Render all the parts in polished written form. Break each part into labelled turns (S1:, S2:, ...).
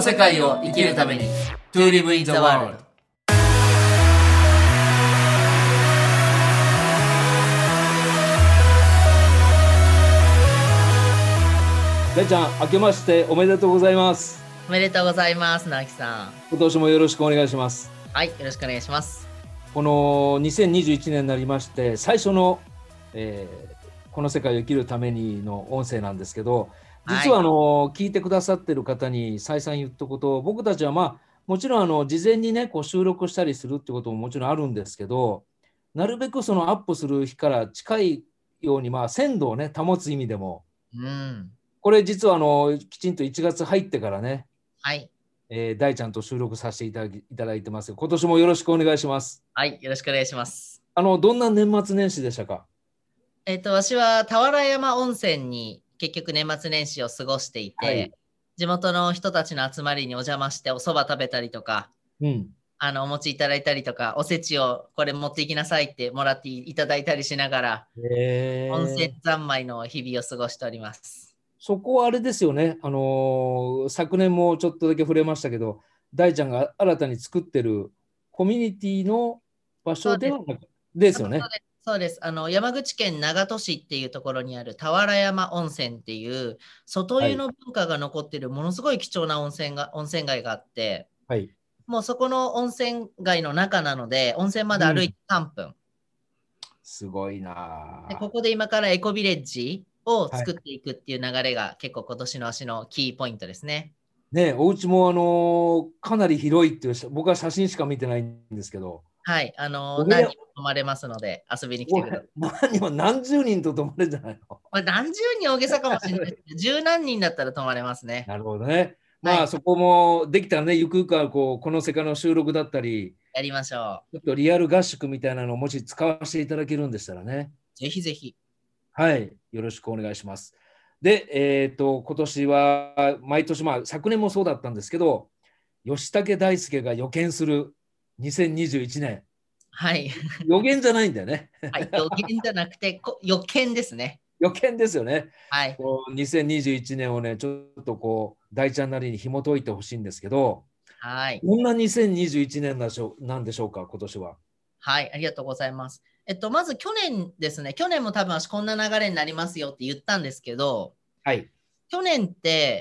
S1: 世界を生きるために To live in the world。
S2: 大ちゃん、明けましておめでとうございます。
S3: おめでとうございます、直樹さん。
S2: 今年もよろしくお願いします。
S3: はい、よろしくお願いします。
S2: この2021年になりまして最初の、この世界を生きるためにの音声なんですけど、実は聞いてくださってる方に再三言ったことを、僕たちはもちろん事前にねこう収録したりするってことももちろんあるんですけど、なるべくそのアップする日から近いように鮮度をね保つ意味でも、これ実はきちんと1月入ってからね、
S3: はい、
S2: 大ちゃんと収録させていただいてます。今年もよろしくお願いします。
S3: はい、よろしくお願いします。
S2: どんな年末年始でしたか？
S3: 私は俵山温泉に結局年末年始を過ごしていて、はい、地元の人たちの集まりにお邪魔してお蕎麦食べたりとか、お餅いただいたりとか、おせちをこれ持っていきなさいってもらっていただいたりしながら、温泉三昧の日々を過ごしております。
S2: そこはあれですよね、昨年もちょっとだけ触れましたけど、大ちゃんが新たに作ってるコミュニティの場所ではなくですよね。
S3: そうです。山口県長門市っていうところにある俵山温泉っていう外湯の文化が残っているものすごい貴重な温泉街があって、
S2: はい、
S3: もうそこの温泉街の中なので、温泉まで歩いて3分。
S2: すごいな。
S3: でここで今からエコビレッジを作っていくっていう流れが結構今年の足のキーポイントですね。
S2: お家もかなり広いっていう、僕は写真しか見てないんですけど。
S3: はい、何人も泊まれますので遊びに来てください。
S2: 何十人と泊まれるんじゃないの？
S3: 何十人大げさかもしれないですけど、十何人だったら泊まれますね。
S2: なるほどね。そこもできたらね、ゆくゆくはこの世界の収録だったり、
S3: やりましょ
S2: う。ちょっとリアル合宿みたいなのをもし使わせていただけるんでしたらね。
S3: ぜひぜひ。
S2: はい、よろしくお願いします。で、今年は毎年、昨年もそうだったんですけど、吉武大輔が予見する2021年。
S3: はい。
S2: 予言じゃないんだよね。
S3: はい、予言じゃなくて予見ですね。
S2: 予見ですよね。
S3: はい。
S2: 2021年をね、ちょっと大ちゃんなりに紐解いてほしいんですけど、
S3: はい。
S2: どんな2021年なんでしょうか、今年は。
S3: はい、ありがとうございます。まず去年ですね、去年も多分こんな流れになりますよって言ったんですけど、
S2: はい。
S3: 去年って、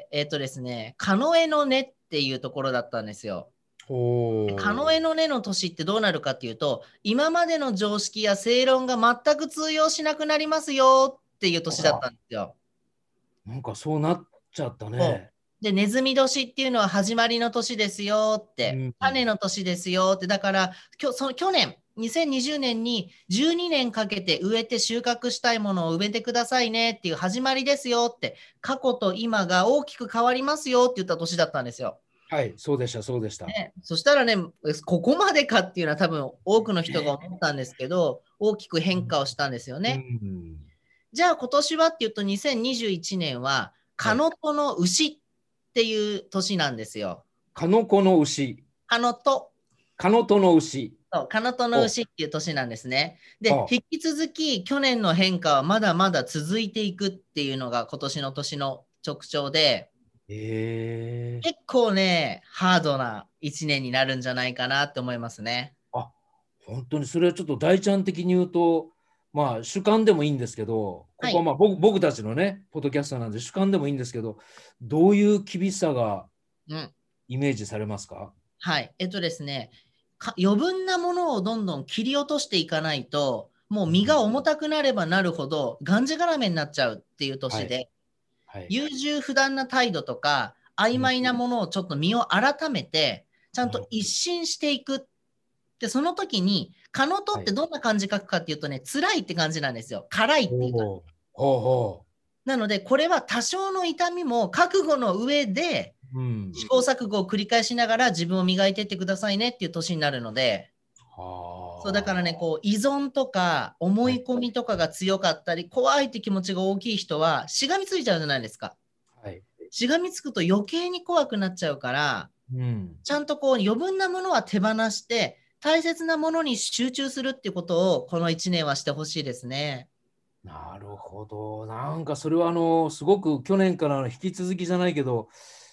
S3: ですね、庚午の根っていうところだったんですよ。庚午の根の年ってどうなるかっていうと、今までの常識や正論が全く通用しなくなりますよっていう年だったんですよ。
S2: なんかそうなっちゃったね。
S3: で、ネズミ年っていうのは始まりの年ですよって、種の年ですよって、だから去年、2020年に12年かけて植えて収穫したいものを植えてくださいねっていう始まりですよって、過去と今が大きく変わりますよって言った年だったんですよ。
S2: はい、そうでした、そうでした。
S3: そしたらね、ここまでかっていうのは多分多くの人が思ったんですけど、大きく変化をしたんですよね。じゃあ今年はっていうと2021年は、カノトの牛っていう年なんですよ。
S2: カノコの牛。
S3: カノト
S2: の牛。
S3: そう、カノトの牛っていう年なんですね。で、引き続き去年の変化はまだまだ続いていくっていうのが今年の年の特徴で、結構ね、ハードな1年になるんじゃないかなって思いますね。
S2: 本当にそれはちょっと大ちゃん的に言うと、主観でもいいんですけど、ここは僕たちのね、ポッドキャスターなんで主観でもいいんですけど、どういう厳しさがイメージされますか？
S3: はい。ですね、余分なものをどんどん切り落としていかないと、もう身が重たくなればなるほど、がんじがらめになっちゃうっていう年で、優柔不断な態度とか、曖昧なものをちょっと身を改めて、ちゃんと一新していく。で、その時に、カノトってどんな漢字書くかっていうとね、辛いって感じなんですよ。辛いっていう感じ。なので、これは多少の痛みも覚悟の上で、試行錯誤を繰り返しながら自分を磨いていってくださいねっていう年になるので、そうだからね、依存とか思い込みとかが強かったり、怖いって気持ちが大きい人はしがみついちゃうじゃないですか。しがみつくと余計に怖くなっちゃうから、ちゃんと余分なものは手放して、大切なものに集中するっていうことをこの1年はしてほしいですね。
S2: なるほど。なんかそれはすごく去年からの引き続きじゃないけど、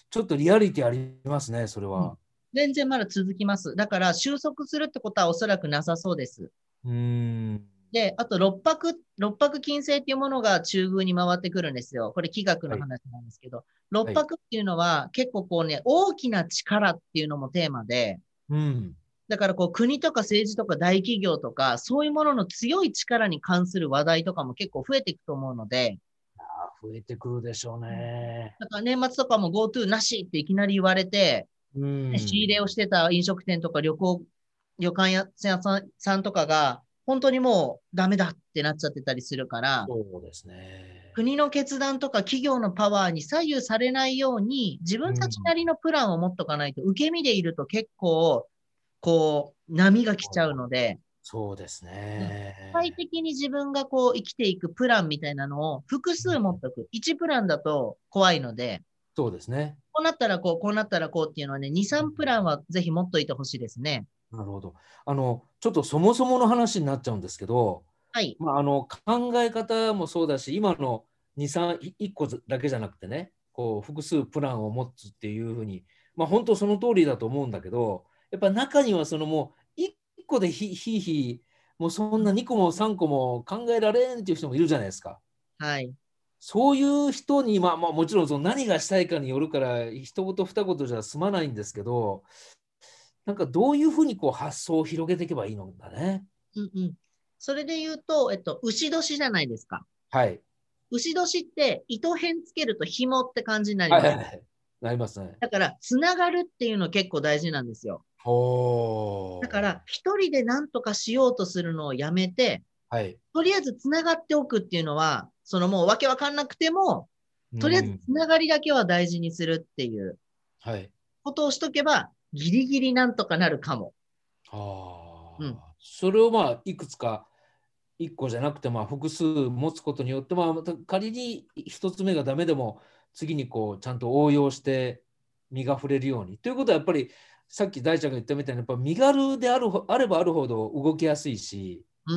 S2: ちょっとリアリティありますね、それ
S3: うん
S2: は。
S3: 全然まだ続きます。だから収束するってことはおそらくなさそうです。
S2: ん。
S3: で、あと六白金星っていうものが中宮に回ってくるんですよ。これ気学の
S2: はい。
S3: 話なんですけど、六
S2: はい。
S3: 白っていうのは結構こうね、大きな力っていうのもテーマで、
S2: うん。
S3: だからこう国とか政治とか大企業とか、そういうものの強い力に関する話題とかも結構増えていくと思うので、
S2: 増えてくるでしょうね。
S3: だから年末とかも GoTo なしっていきなり言われて、
S2: う
S3: 仕入れ
S2: ん。
S3: をしてた飲食店とか旅館屋さんとかが、本当にもうダメだってなっちゃってたりするから、
S2: そうですね。
S3: 国の決断とか企業のパワーに左右されないように、自分たち
S2: うん。
S3: なりのプランを持っとかないと、受け身でいると結構、こう、波が来ちゃうので、
S2: そうです
S3: うん具体
S2: ね。
S3: 的に自分がこう生きていくプランみたいなのを複数持っとく。1プランだと怖いので、
S2: そうですね。
S3: こうなったらこう、こうなったらこうっていうのはね、2、3プランはぜひ持っといてほしいですね。
S2: なるほど。ちょっとそもそもの話になっちゃうんですけど、
S3: はい。
S2: 考え方もそうだし、今の2、3、1個だけじゃなくてね、こう複数プランを持つっていうふうに、本当その通りだと思うんだけど、やっぱ中にはそのもう1個でひもうそんな2個も3個も考えられんっていう人もいるじゃないですか。
S3: はい。
S2: そういう人に、もちろんその何がしたいかによるから、一言二言じゃ済まないんですけど、なんかどういうふうにこう発想を広げていけばいいのだね。
S3: うんうん。それで言うと、牛年じゃないですか。
S2: はい。
S3: 牛年って糸辺つけると紐って感じになります。
S2: はいはいはい。なりますね。
S3: だから、つながるっていうの結構大事なんですよ。だか
S2: おー。
S3: ら、一人で何とかしようとするのをやめて、
S2: はい。
S3: とりあえずつながっておくっていうのは、そのもうわけわかんなくても、とりあえず
S2: うん。
S3: つながりだけは大事にするっていう
S2: はい。
S3: ことをしとけば、ギリギリなんとかなるかも。うん。
S2: それをいくつか、一個じゃなくて、複数持つことによって、また仮に一つ目がダメでも、次にこう、ちゃんと応用して身が触れるように。ということは、やっぱり、さっき大ちゃんが言ったみたいに、やっぱ身軽であればあるほど動きやすいし、
S3: うん。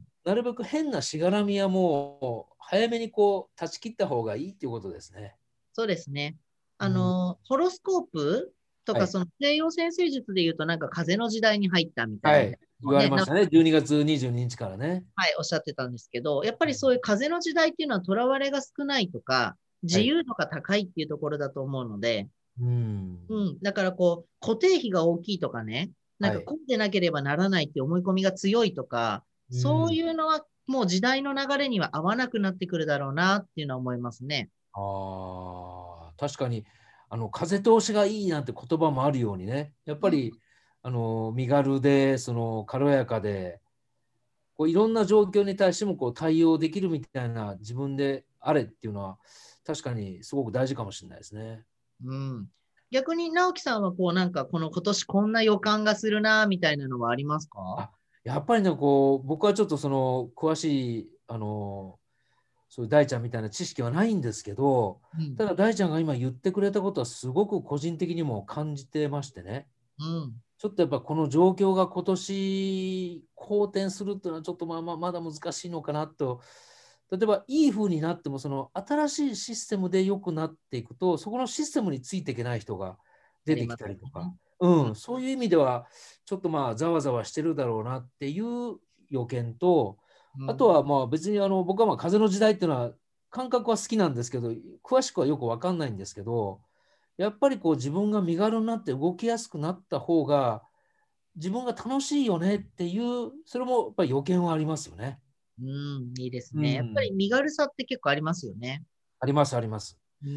S2: なるべく変なしがらみはもう、早めにこう、断ち切った方がいいっていうことですね。
S3: そうですね。
S2: うん。
S3: ホロスコープとか、
S2: はい。
S3: その西洋占星術で言うと、なんか風の時代に入ったみたいな、
S2: はい。言われ
S3: ね、
S2: ましたね。12月22日からね。
S3: はい、おっしゃってたんですけど、やっぱりそういう風の時代っていうのは、とらわれが少ないとか、
S2: はい。
S3: 自由度が高いっていうところだと思うので、
S2: うん。
S3: うん、だからこう、固定費が大きいとかね、なんか
S2: はい。
S3: 混んでなければならないって思い込みが強いとか、そう
S2: うん。
S3: いうのはもう時代の流れには合わなくなってくるだろうなっていうのは思いますね。
S2: 確かに、風通しがいいなんて言葉もあるようにね、やっぱ
S3: うん、
S2: り、身軽で、軽やかで、こういろんな状況に対してもこう対応できるみたいな自分であれっていうのは、確かにすごく大事かもしれないですね。
S3: うん。逆に直樹さんはこうなんかこの今年こんな予感がするなみたいなのはありますか？
S2: あ、やっぱりね、こう、僕はちょっと詳しい、そういう大ちゃんみたいな知識はないんですけど、
S3: うん。
S2: ただ大ちゃんが今言ってくれたことはすごく個人的にも感じてましてね、
S3: うん。
S2: ちょっとやっぱこの状況が今年好転するっていうのはちょっとまだ難しいのかなと。例えばいい風になってもその新しいシステムで良くなっていくとそこのシステムについていけない人が出てき
S3: あります
S2: たりとか、
S3: ね。うん。
S2: そういう意味ではちょっとざわざわしてるだろうなっていう予見と、
S3: うん。
S2: あとは別に僕は風の時代っていうのは感覚は好きなんですけど詳しくはよく分かんないんですけど、やっぱりこう自分が身軽になって動きやすくなった方が自分が楽しいよねっていう、それもやっぱり予見はありますよね。
S3: うん、いいです
S2: う
S3: ね。やっぱり
S2: ん。
S3: 身軽さって結構ありますよね。
S2: あります、あります。
S3: うん。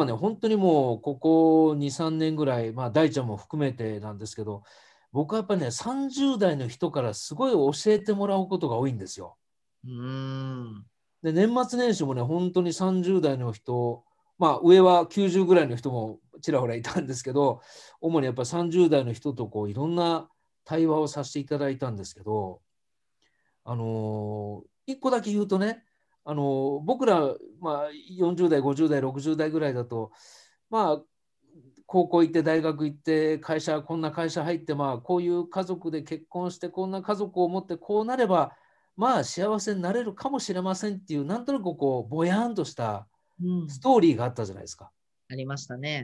S2: あとはね、本当にもうここ2、3年ぐらい、大ちゃんも含めてなんですけど、僕はやっぱりね、30代の人からすごい教えてもらうことが多いんですよ。
S3: うん。
S2: で、年末年始もね、本当に30代の人、上は90ぐらいの人もちらほらいたんですけど、主にやっぱり30代の人とこういろんな対話をさせていただいたんですけど、一個だけ言うとね、僕ら、40代、50代、60代ぐらいだと、まあ、高校行って大学行ってこんな会社入ってこういう家族で結婚してこんな家族を持ってこうなれば幸せになれるかもしれませんっていうなんとなくこうぼやんとした
S3: うん。
S2: ストーリーがあったじゃないですか。
S3: ありましたね。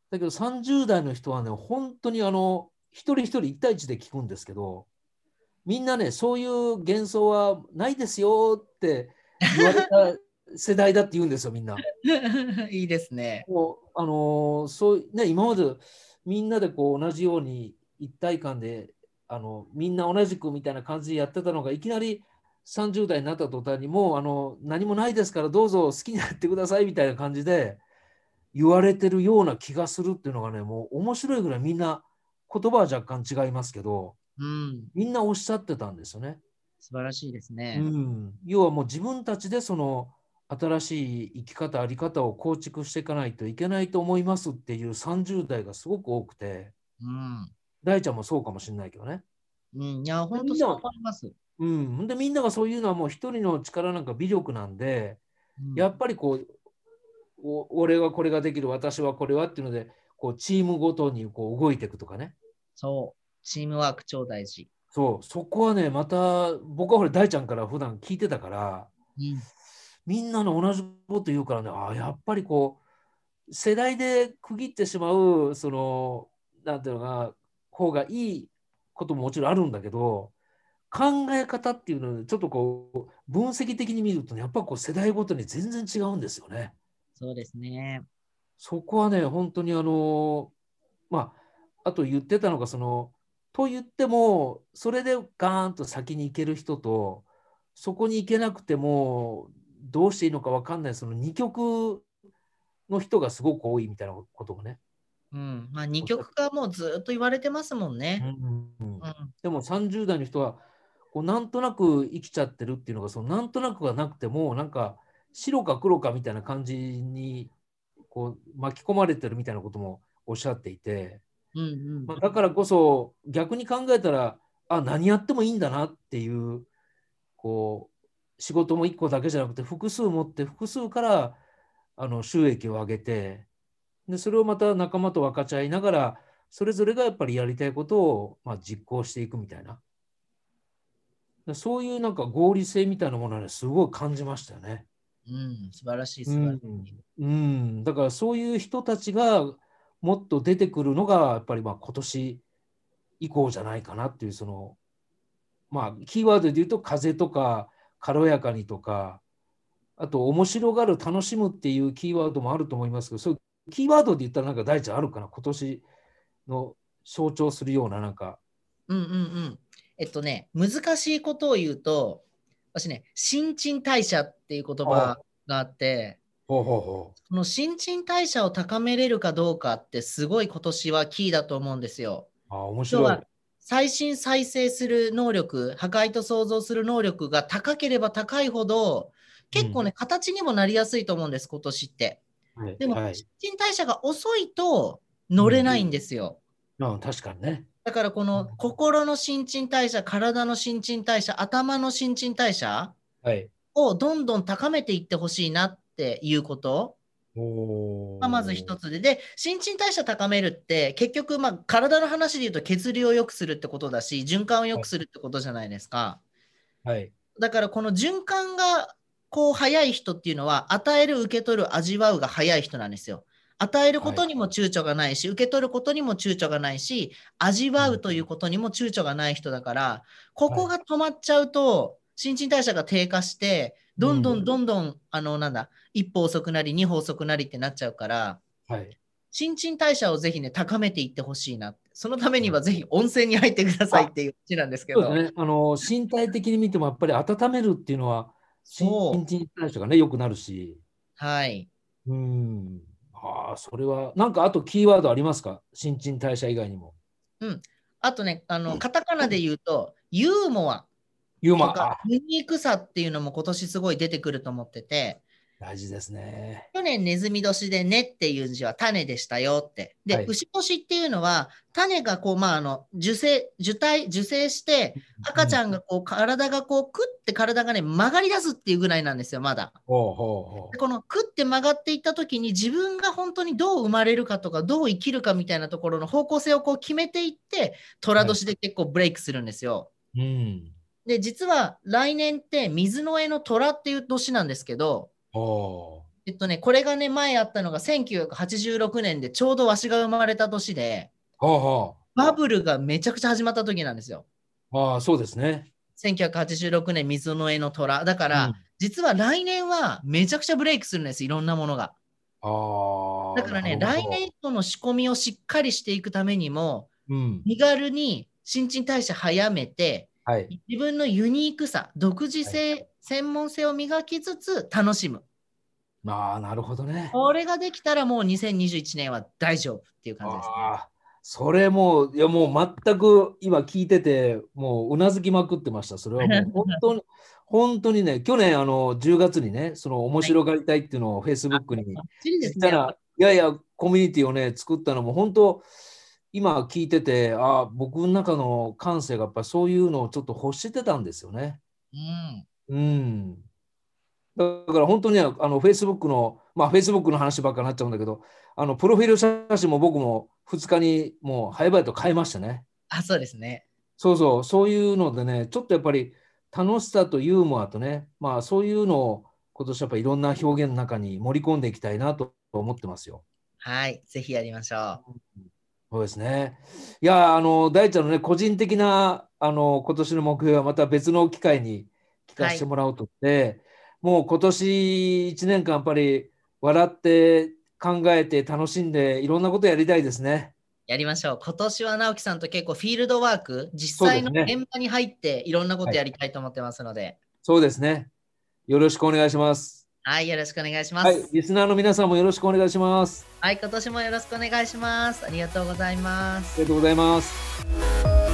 S2: だけど30代の人はね、本当に一人一人一対一で聞くんですけど、みんなね、そういう幻想はないですよって言われた世代だって言うんですよ、みんな。
S3: いいですね。
S2: もうそうね、今までみんなでこう同じように一体感でみんな同じくみたいな感じでやってたのが、いきなり30代になった途端にもう何もないですからどうぞ好きになってくださいみたいな感じで言われてるような気がするっていうのがね、もう面白いぐらいみんな言葉は若干違いますけど、
S3: うん。
S2: みんなおっしゃってたんですよね。
S3: 素晴らしいです
S2: う
S3: ね。
S2: ん、要はもう自分たちでその新しい生き方、あり方を構築していかないといけないと思いますっていう30代がすごく多くて、
S3: うん。
S2: 大ちゃんもそうかもしれないけどね。
S3: うん。いや、
S2: で、
S3: 本当そう思います。
S2: みんながそういうのはもう一人の力なんか微力なんで、
S3: うん。
S2: やっぱりこう、俺はこれができる、私はこれはっていうので、こうチームごとにこう動いていくとかね。
S3: そう。チームワーク超大事。
S2: そう、そこはね、また僕はほら大ちゃんから普段聞いてたから、
S3: うん。
S2: みんなの同じこと言うからね、やっぱりこう、世代で区切ってしまう、なんていうのかな、方がいいことももちろんあるんだけど、考え方っていうのをちょっとこう、分析的に見るとね、やっぱこう世代ごとに全然違うんですよね。
S3: そうですね。
S2: そこはね、本当にまあと言ってたのが、と言っても、それでガーンと先に行ける人と、そこに行けなくても、どうしていいのか分かんない、その二極の人がすごく多いみたいなこともね、
S3: うん。まあ、二
S2: おっしゃって、
S3: 極化もうずっと言われてますもんね。うん。
S2: でも30代の人は、こうなんとなく生きちゃってるっていうのが、なんとなくがなくても、なんか白か黒かみたいな感じにこう巻き込まれてるみたいなこともおっしゃっていて、
S3: うん。
S2: だからこそ逆に考えたら、何やってもいいんだなっていう、こ仕事も1個だけじゃなくて複数持って複数から収益を上げて、でそれをまた仲間と分かち合いながら、それぞれがやっぱりやりたいことを実行していくみたいな、そういうなんか合理性みたいなものはね、すごい感じましたよね。
S3: うん。素晴らしい、
S2: う
S3: 素晴らし
S2: ん、
S3: い。
S2: だからそういう人たちがもっと出てくるのがやっぱり今年以降じゃないかなっていう、キーワードで言うと風とか軽やかにとか、あと面白がる、楽しむっていうキーワードもあると思いますけど、そういうキーワードで言ったらなんか大地あるかな、今年の象徴するようななんか。
S3: うんうんうん。難しいことを言うと、私ね、新陳代謝っていう言葉
S2: あ
S3: があって、
S2: ほうほうほ
S3: その新陳代謝を高めれるかどうかってすごい今年はキーだと思うんですよ。
S2: 面
S3: 要は
S2: 白い。
S3: 再審再生する能力、破壊と創造する能力が高ければ高いほど、結構ね、形にもなりやすいと思うんです、今年って。
S2: はい、
S3: でも、
S2: はい。
S3: 新陳代謝が遅いと乗れないんですよ。
S2: 確かにね。
S3: だからこの心の新陳代謝、体の新陳代謝、頭の新陳代謝
S2: はい。
S3: をどんどん高めていってほしいなっていうことがまず一
S2: お
S3: つで、新陳代謝高めるって結局、体の話で言うと血流を良くするってことだし、循環を良
S2: はい。
S3: くするってことじゃないですか。
S2: はい。
S3: だからこの循環がこう早い人っていうのは、与える、受け取る、味わうが早い人なんですよ。与えるこ
S2: はい。
S3: とにも躊躇がないし、受け取ることにも躊躇がないし、味わうということにも躊躇がない人だから、こ
S2: はい。
S3: こが止まっちゃうと、新陳代謝が低下して、どんどんどんどん、一歩遅くなり、二歩遅くなりってなっちゃうから、
S2: はい。
S3: 新陳代謝をぜひね、高めていってほしいなって。そのためにはぜひ温泉に入ってくださいっ
S2: あ、
S3: ていう話なんですけど。
S2: そうですね。身体的に見てもやっぱり温めるっていうのは、新
S3: そう。
S2: 陳代謝がね、良くなるし。
S3: はい。
S2: うん。それは、なんかあとキーワードありますか、新陳代謝以外にも。
S3: うん。あとね、カタカナで言うと、ユーモア
S2: ユーマ、
S3: とか、ユニークさっていうのも今年すごい出てくると思ってて、
S2: 大事ですね。
S3: 去年ネズミ年でねっていう字は種でしたよって。で、
S2: はい。
S3: 牛年っていうのは、種がこう、受精して、
S2: うん。
S3: 赤ちゃんがこう、体がこう、くって体がね、曲がり出すっていうぐらいなんですよ、まだ。
S2: ほうほうほ
S3: でこのくって曲がっていった時に自分が本当にどう生まれるかとかどう生きるかみたいなところの方向性をこう決めていって
S2: う。
S3: 寅
S2: はい。
S3: 年で結構ブレイクするんですよ。
S2: うん。
S3: で実は来年って水の絵の寅っていう年なんですけど、
S2: ほ
S3: これがね、前あったのが1986年で、ちょうどわしが生まれた年で、バブルがめちゃくちゃ始まった時なんですよ。
S2: そうですね。
S3: 1986年、水の絵の虎。だから、実は来年はめちゃくちゃブレイクするんです、いろんなものが。だからね、来年度の仕込みをしっかりしていくためにも、身軽に新陳代謝早めて、自分のユニークさ、独自性、専門性を磨きつつ楽しむ。
S2: なるほどね。
S3: これができたらもう2021年は大丈夫っていう感じですね。
S2: それもう、いやもう全く今聞いてて、もううなずきまくってました。それはもう本当にね、去年10月にね、その面白がりたいっていうのを Facebook にちっちゃな、コミュニティをね、作ったのも本当、今聞いてて、僕の中の感性がやっぱりそういうのをちょっと欲してたんですよね。だから本当にFacebook の、Facebook の話ばっかりになっちゃうんだけど、プロフィール写真も僕も2日にもう早々と変えましたね。
S3: そうですね。
S2: そういうのでね、ちょっとやっぱり楽しさとユーモアとね、そういうのを今年やっぱりいろんな表現の中に盛り込んでいきたいなと思ってますよ。
S3: はい、ぜひやりましょう。
S2: そうですね。いや、大ちゃんのね、個人的な今年の目標はまた別の機会に聞かせてもらおうとって、もう今年1年間やっぱり笑って考えて楽しんでいろんなことやりたいですね。
S3: やりましょう。今年は直樹さんと結構フィールドワーク、実際の現場に入っていろんなことやりたいと思ってますので。
S2: そうですね。よろしくお願いします。
S3: はい、よろしくお願いします。
S2: リスナーの皆さんもよろしくお願いします。
S3: はい、今年もよろしくお願いします。ありがとうございます。
S2: ありがとうございます。